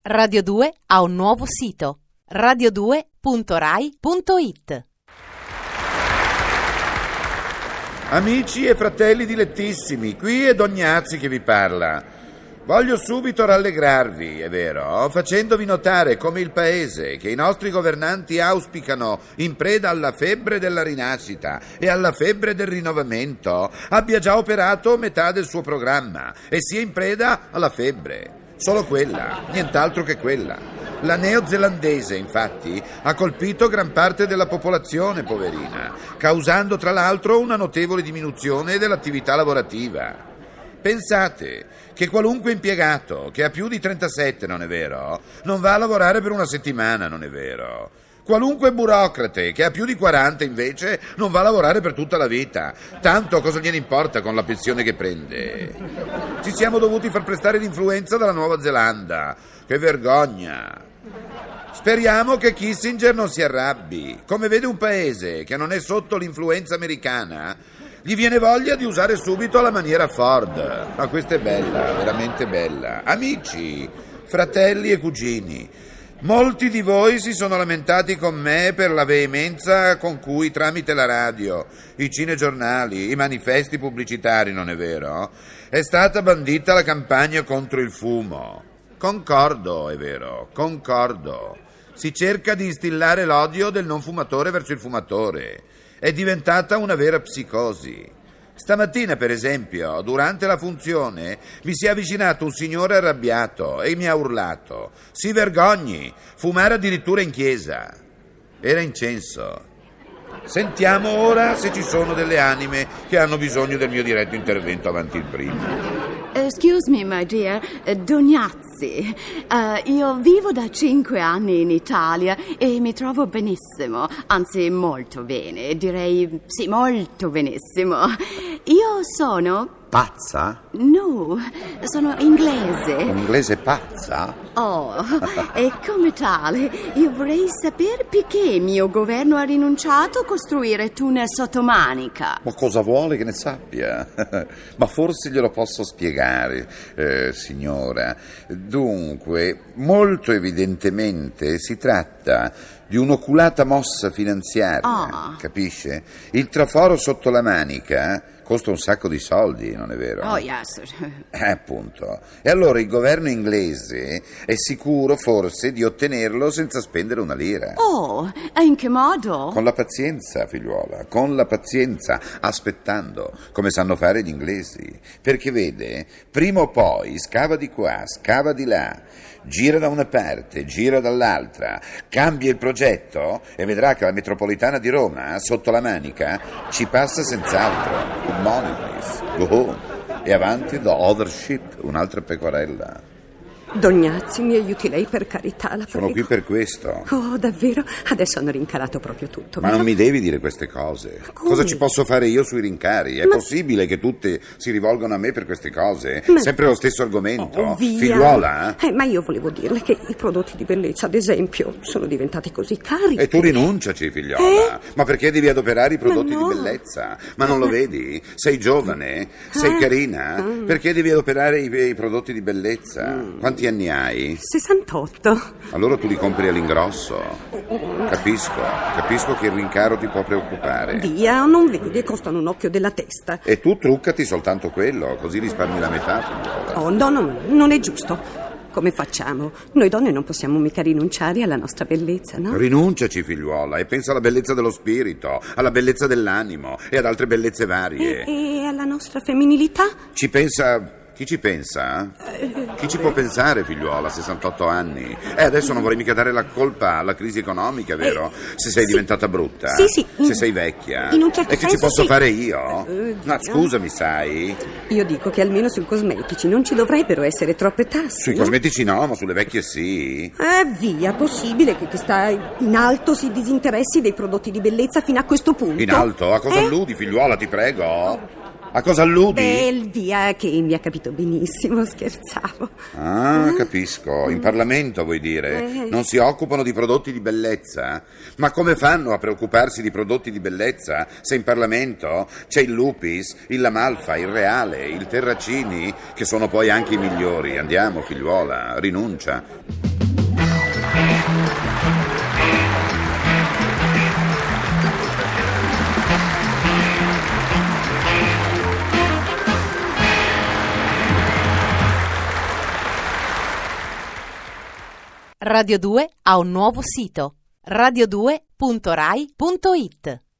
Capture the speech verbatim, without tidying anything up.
Radio due ha un nuovo sito: radio due punto rai punto it. Amici e fratelli dilettissimi, qui è Dognazzi che vi parla. Voglio subito rallegrarvi, è vero, facendovi notare come il paese, che i nostri governanti auspicano in preda alla febbre della rinascita e alla febbre del rinnovamento, abbia già operato metà del suo programma e sia in preda alla febbre. Solo quella, nient'altro che quella. La neozelandese, infatti, ha colpito gran parte della popolazione, poverina, causando tra l'altro una notevole diminuzione dell'attività lavorativa. Pensate che qualunque impiegato che ha più di trentasette, non è vero, non va a lavorare per una settimana, non è vero. Qualunque burocrate che ha più di quaranta, invece, non va a lavorare per tutta la vita. Tanto cosa gliene importa con la pensione che prende? Ci siamo dovuti far prestare l'influenza dalla Nuova Zelanda. Che vergogna! Speriamo che Kissinger non si arrabbi. Come vede un paese che non è sotto l'influenza americana, gli viene voglia di usare subito la maniera Ford. Ma questa è bella, veramente bella. Amici, fratelli e cugini, molti di voi si sono lamentati con me per la veemenza con cui tramite la radio, i cinegiornali, i manifesti pubblicitari, non è vero, è stata bandita la campagna contro il fumo. Concordo, è vero, concordo. Si cerca di instillare l'odio del non fumatore verso il fumatore. È diventata una vera psicosi. Stamattina, per esempio, durante la funzione, mi si è avvicinato un signore arrabbiato e mi ha urlato: si vergogni, fumare addirittura in chiesa. Era incenso. Sentiamo ora se ci sono delle anime che hanno bisogno del mio diretto intervento avanti il primo. Excuse me, my dear, uh, Dognazzi. Uh, io vivo da cinque anni in Italia e mi trovo benissimo, anzi molto bene, direi sì, molto benissimo. Io sono... Pazza? No, sono inglese. Inglese pazza? Oh, e come tale io vorrei sapere perché il mio governo ha rinunciato a costruire tunnel sottomanica. Ma cosa vuole che ne sappia? Ma forse glielo posso spiegare, eh, signora. Dunque, molto evidentemente si tratta di un'oculata mossa finanziaria, oh. Capisce? Il traforo sotto la manica costa un sacco di soldi, non è vero? Oh, yes. Eh, appunto. E allora il governo inglese è sicuro, forse, di ottenerlo senza spendere una lira. Oh, e in che modo? Con la pazienza, figliuola, con la pazienza, aspettando, come sanno fare gli inglesi. Perché vede, prima o poi scava di qua, scava di là, gira da una parte, gira dall'altra, cambia il progetto e vedrà che la metropolitana di Roma, sotto la manica, ci passa senz'altro. Good morning, miss. Go home. E avanti the other ship, un'altra pecorella. Dognazzi, mi aiuti lei, per carità, la Sono prego. qui per questo. Oh, davvero? Adesso hanno rincarato proprio tutto. Ma vero? non mi devi dire queste cose. Come? Cosa ci posso fare io sui rincari? È Ma... possibile che tutte si rivolgano a me per queste cose? Ma... Sempre lo stesso argomento. Oh, via. Figliuola? Eh, ma io volevo dirle che i prodotti di bellezza, ad esempio, sono diventati così cari. E tu rinunciaci, figliola. Eh? Ma perché devi adoperare i prodotti Ma no. di bellezza? Ma non lo vedi? Sei giovane? Sei Ah. carina? Mm. Perché devi adoperare i, i prodotti di bellezza? Mm. Quanti anni hai? sessantotto. Allora tu li compri all'ingrosso. Capisco, capisco che il rincaro ti può preoccupare. Via, non vedi, costano un occhio della testa. E tu truccati soltanto quello, così risparmi la metà, figliola. Oh, no, no, no, non è giusto. Come facciamo? Noi donne non possiamo mica rinunciare alla nostra bellezza, no? Rinunciaci, figliuola, e pensa alla bellezza dello spirito, alla bellezza dell'animo e ad altre bellezze varie. E, e alla nostra femminilità? Ci pensa... Chi ci pensa? Chi ci può pensare, figliuola, a sessantotto anni? E adesso non vorrei mica dare la colpa alla crisi economica, vero? Se sei sì. diventata brutta. Sì, sì. Se In- sei vecchia. in un certo E che ci senso posso sì. fare io? Eh, Ma via. scusami, sai? Io dico che almeno sui cosmetici non ci dovrebbero essere troppe tasse. Sui no? cosmetici no, ma sulle vecchie sì. Eh, via, possibile che chi sta in alto si disinteressi dei prodotti di bellezza fino a questo punto? In alto? A cosa Eh? alludi, figliuola, ti prego? A cosa alludi? Beh, via, che mi ha capito benissimo, scherzavo. Ah, capisco. In Parlamento, vuoi dire? Eh. Non si occupano di prodotti di bellezza? Ma come fanno a preoccuparsi di prodotti di bellezza se in Parlamento c'è il Lupis, il Lamalfa, il Reale, il Terracini, che sono poi anche i migliori? Andiamo, figliuola, rinuncia. Radio due ha un nuovo sito: radio due punto rai punto it.